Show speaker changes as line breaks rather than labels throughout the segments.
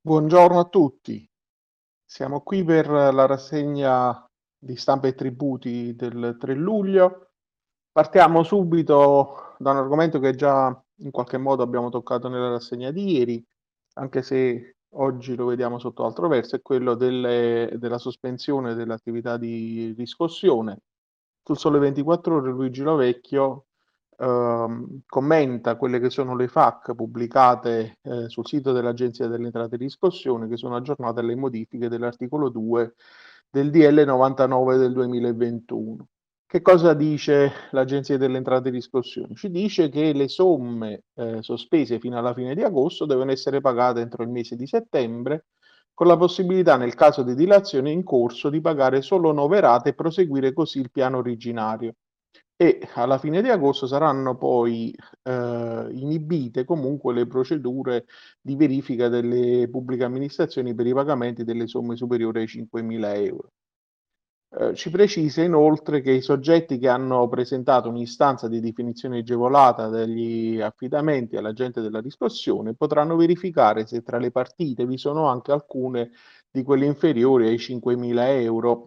Buongiorno a tutti, siamo qui per la rassegna di Stampa e Tributi del 3 luglio. Partiamo subito da un argomento che già in qualche modo abbiamo toccato nella rassegna di ieri, anche se oggi lo vediamo sotto altro verso, è quello della sospensione dell'attività di riscossione. Sul Sole 24 Ore Luigi Lovecchio commenta quelle che sono le FAQ pubblicate sul sito dell'Agenzia delle Entrate e Riscossione, che sono aggiornate alle modifiche dell'articolo 2 del DL 99 del 2021. Che cosa dice l'Agenzia delle Entrate e Riscossione? Ci dice che le somme sospese fino alla fine di agosto devono essere pagate entro il mese di settembre, con la possibilità, nel caso di dilazione in corso, di pagare solo 9 rate e proseguire così il piano originario. E alla fine di agosto saranno poi inibite comunque le procedure di verifica delle pubbliche amministrazioni per i pagamenti delle somme superiori ai 5.000 euro. Ci precisa inoltre che i soggetti che hanno presentato un'istanza di definizione agevolata degli affidamenti all'agente della riscossione potranno verificare se tra le partite vi sono anche alcune di quelle inferiori ai 5.000 euro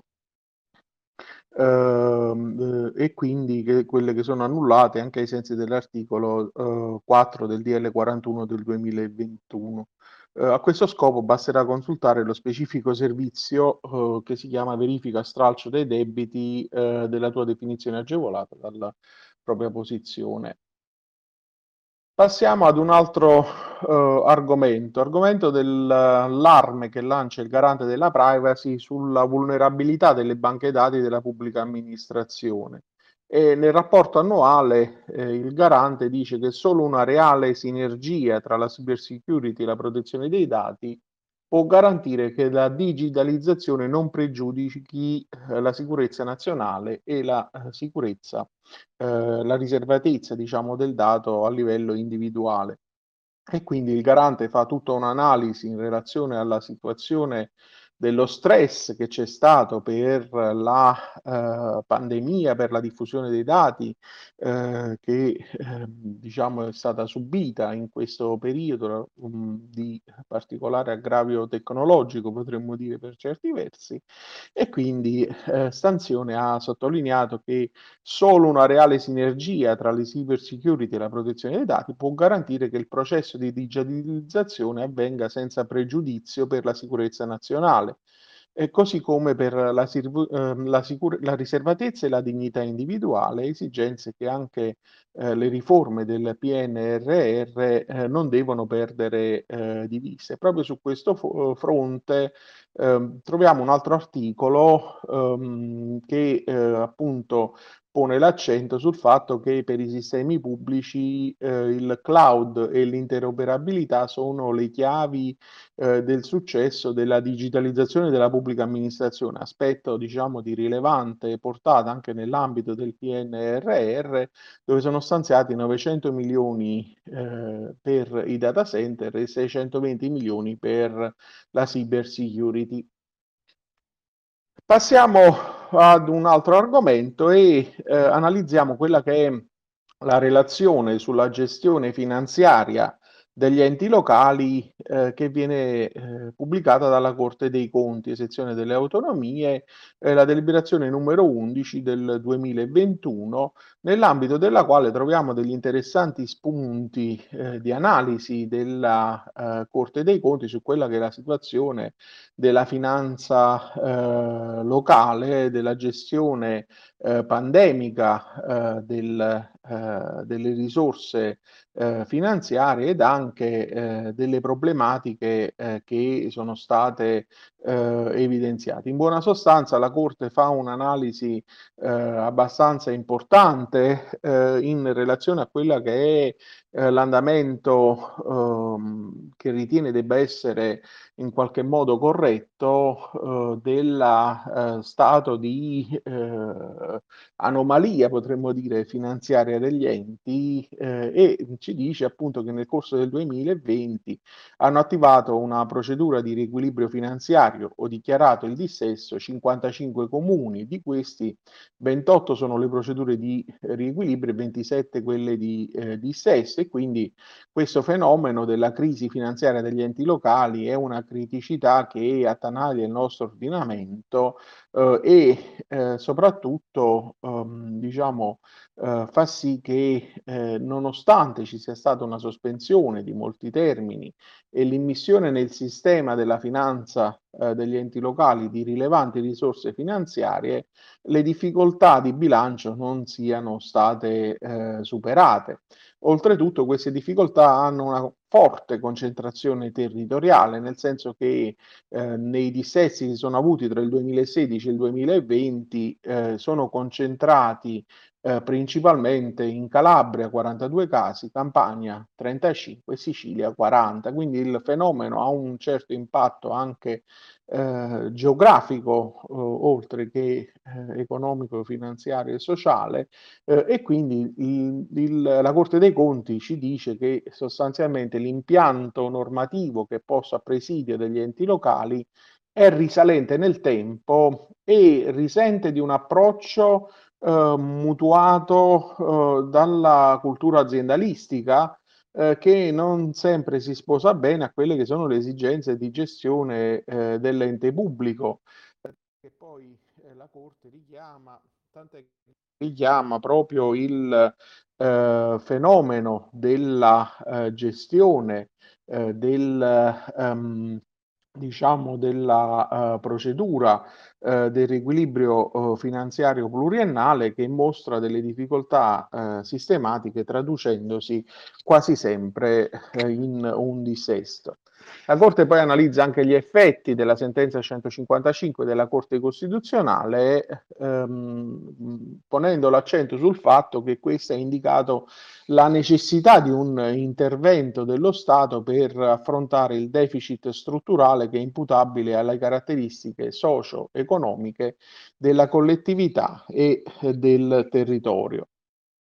e quindi quelle che sono annullate anche ai sensi dell'articolo 4 del DL 41 del 2021. A questo scopo basterà consultare lo specifico servizio che si chiama verifica stralcio dei debiti della tua definizione agevolata dalla propria posizione. Passiamo ad un altro argomento dell'allarme che lancia il garante della privacy sulla vulnerabilità delle banche dati della pubblica amministrazione. E nel rapporto annuale il garante dice che solo una reale sinergia tra la cyber security e la protezione dei dati può garantire che la digitalizzazione non pregiudichi la sicurezza nazionale e la riservatezza, diciamo, del dato a livello individuale. E quindi il garante fa tutta un'analisi in relazione alla situazione dello stress che c'è stato per la pandemia, per la diffusione dei dati che diciamo è stata subita in questo periodo di particolare aggravio tecnologico, potremmo dire per certi versi, e quindi Stanzione ha sottolineato che solo una reale sinergia tra le cyber security e la protezione dei dati può garantire che il processo di digitalizzazione avvenga senza pregiudizio per la sicurezza nazionale, così come per la riservatezza e la dignità individuale, esigenze che anche le riforme del PNRR non devono perdere di vista. E proprio su questo fronte troviamo un altro articolo che appunto pone l'accento sul fatto che per i sistemi pubblici il cloud e l'interoperabilità sono le chiavi del successo della digitalizzazione della pubblica amministrazione, aspetto diciamo di rilevante portata anche nell'ambito del PNRR, dove sono stanziati 900 milioni per i data center e 620 milioni per la cyber security. Passiamo ad un altro argomento e analizziamo quella che è la relazione sulla gestione finanziaria degli enti locali che viene pubblicata dalla Corte dei Conti, sezione delle autonomie, la deliberazione numero 11 del 2021, nell'ambito della quale troviamo degli interessanti spunti di analisi della Corte dei Conti su quella che è la situazione della finanza locale, della gestione pandemica delle risorse finanziarie ed anche delle problematiche che sono state evidenziate. In buona sostanza la Corte fa un'analisi abbastanza importante in relazione a quella che è l'andamento che ritiene debba essere in qualche modo corretto del stato di anomalia, potremmo dire, finanziaria finanziaria degli enti, e ci dice appunto che nel corso del 2020 hanno attivato una procedura di riequilibrio finanziario o dichiarato il dissesto 55 comuni, di questi 28 sono le procedure di riequilibrio e 27 quelle di dissesto, e quindi questo fenomeno della crisi finanziaria degli enti locali è una criticità che attanaglia il nostro ordinamento, e soprattutto, diciamo, fa sì che, nonostante ci sia stata una sospensione di molti termini e l'immissione nel sistema della finanza, degli enti locali di rilevanti risorse finanziarie, le difficoltà di bilancio non siano state, superate. Oltretutto queste difficoltà hanno una forte concentrazione territoriale, nel senso che, nei dissesti che si sono avuti tra il 2016 e il 2020, sono concentrati, principalmente in Calabria 42 casi, Campania 35, Sicilia 40. Quindi il fenomeno ha un certo impatto anche, geografico, oltre che, economico, finanziario e sociale, e quindi la Corte dei Conti ci dice che sostanzialmente l'impianto normativo che posto a presidio degli enti locali è risalente nel tempo e risente di un approccio, mutuato, dalla cultura aziendalistica, che non sempre si sposa bene a quelle che sono le esigenze di gestione, dell'ente pubblico, che poi, la Corte richiama, tant'è che richiama proprio il, fenomeno della, gestione, del, diciamo della, procedura, del riequilibrio, finanziario pluriennale, che mostra delle difficoltà, sistematiche, traducendosi quasi sempre, in un dissesto. La Corte poi analizza anche gli effetti della sentenza 155 della Corte Costituzionale, ponendo l'accento sul fatto che questa ha indicato la necessità di un intervento dello Stato per affrontare il deficit strutturale che è imputabile alle caratteristiche socio-economiche della collettività e del territorio.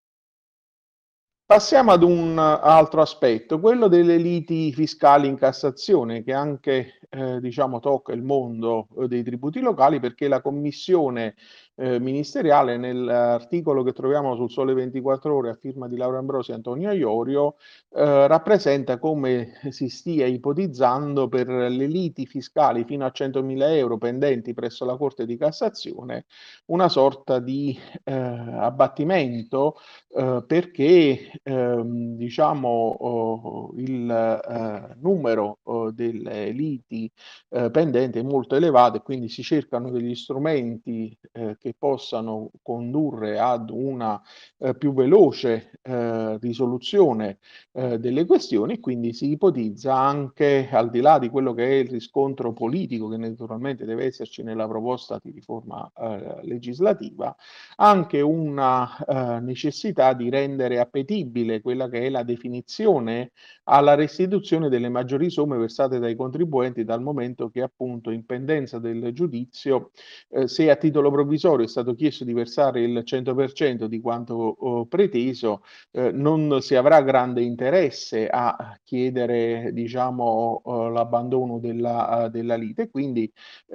Passiamo ad un altro aspetto, quello delle liti fiscali in Cassazione, che anche, diciamo tocca il mondo, dei tributi locali, perché la commissione, ministeriale nell'articolo che troviamo sul Sole 24 Ore a firma di Laura Ambrosi e Antonio Iorio, rappresenta come si stia ipotizzando per le liti fiscali fino a 100.000 € pendenti presso la Corte di Cassazione una sorta di, abbattimento, perché, diciamo, il, numero, delle liti, pendenti è molto elevato, e quindi si cercano degli strumenti, che possano condurre ad una, più veloce, risoluzione, delle questioni, e quindi si ipotizza anche, al di là di quello che è il riscontro politico che naturalmente deve esserci nella proposta di riforma, legislativa, anche una, necessità di rendere appetibile quella che è la definizione alla restituzione delle maggiori somme versate dai contribuenti, dal momento che appunto in pendenza del giudizio, se a titolo provvisorio è stato chiesto di versare il 100% di quanto, preteso, non si avrà grande interesse a chiedere, diciamo, l'abbandono della lite. Quindi,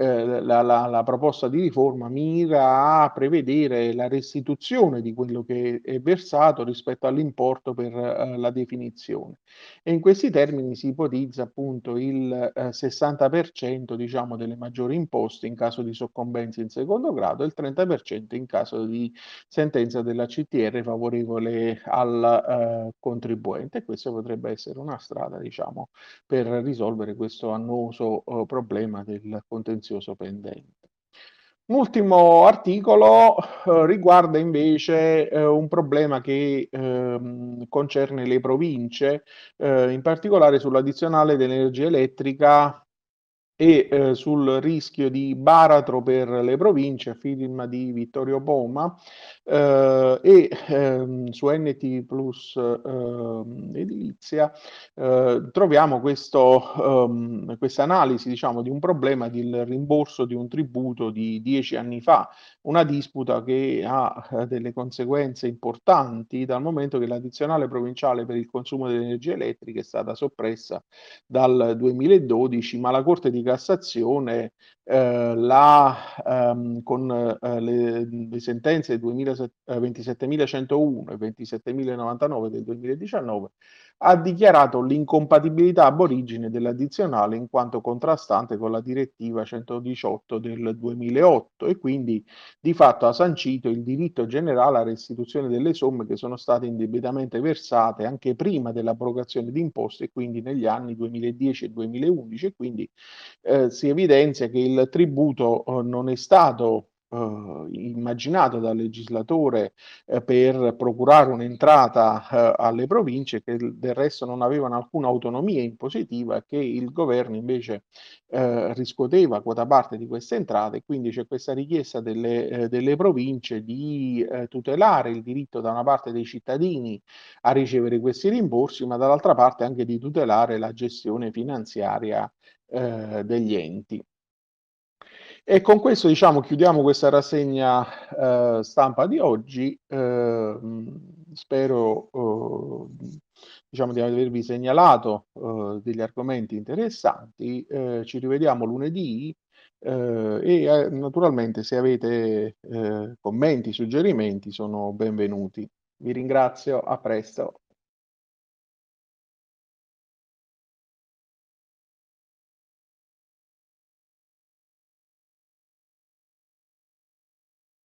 la proposta di riforma mira a prevedere la restituzione di quello che è versato rispetto all'importo per, la definizione. E in questi termini si ipotizza appunto il, 60% diciamo delle maggiori imposte in caso di soccombenza in secondo grado, e il 30% in caso di sentenza della CTR favorevole al, contribuente, e questo potrebbe essere una strada, diciamo, per risolvere questo annoso, problema del contenzioso pendente. Un ultimo articolo, riguarda invece, un problema che, concerne le province, in particolare sull'addizionale dell'energia elettrica e sul rischio di baratro per le province, film di Vittorio Poma, e su NT Plus Edilizia troviamo questa analisi, diciamo, di un problema del rimborso di un tributo di 10 anni fa, una disputa che ha delle conseguenze importanti dal momento che l'addizionale provinciale per il consumo dell'energia elettrica è stata soppressa dal 2012, ma la Corte di Cassazione con le sentenze 27.101 e 27.099 del 2019 ha dichiarato l'incompatibilità ab origine dell'addizionale in quanto contrastante con la direttiva 118 del 2008 e quindi di fatto ha sancito il diritto generale alla restituzione delle somme che sono state indebitamente versate anche prima dell'abrogazione di imposte e quindi negli anni 2010 e 2011 e quindi si evidenzia che il tributo non è stato immaginato dal legislatore per procurare un'entrata alle province che del resto non avevano alcuna autonomia impositiva e che il governo invece riscuoteva quota parte di queste entrate e quindi c'è questa richiesta delle province di tutelare il diritto da una parte dei cittadini a ricevere questi rimborsi, ma dall'altra parte anche di tutelare la gestione finanziaria degli enti. E con questo diciamo chiudiamo questa rassegna stampa di oggi. Spero diciamo di avervi segnalato degli argomenti interessanti. Ci rivediamo lunedì e naturalmente se avete commenti, suggerimenti sono benvenuti. Vi ringrazio, a presto.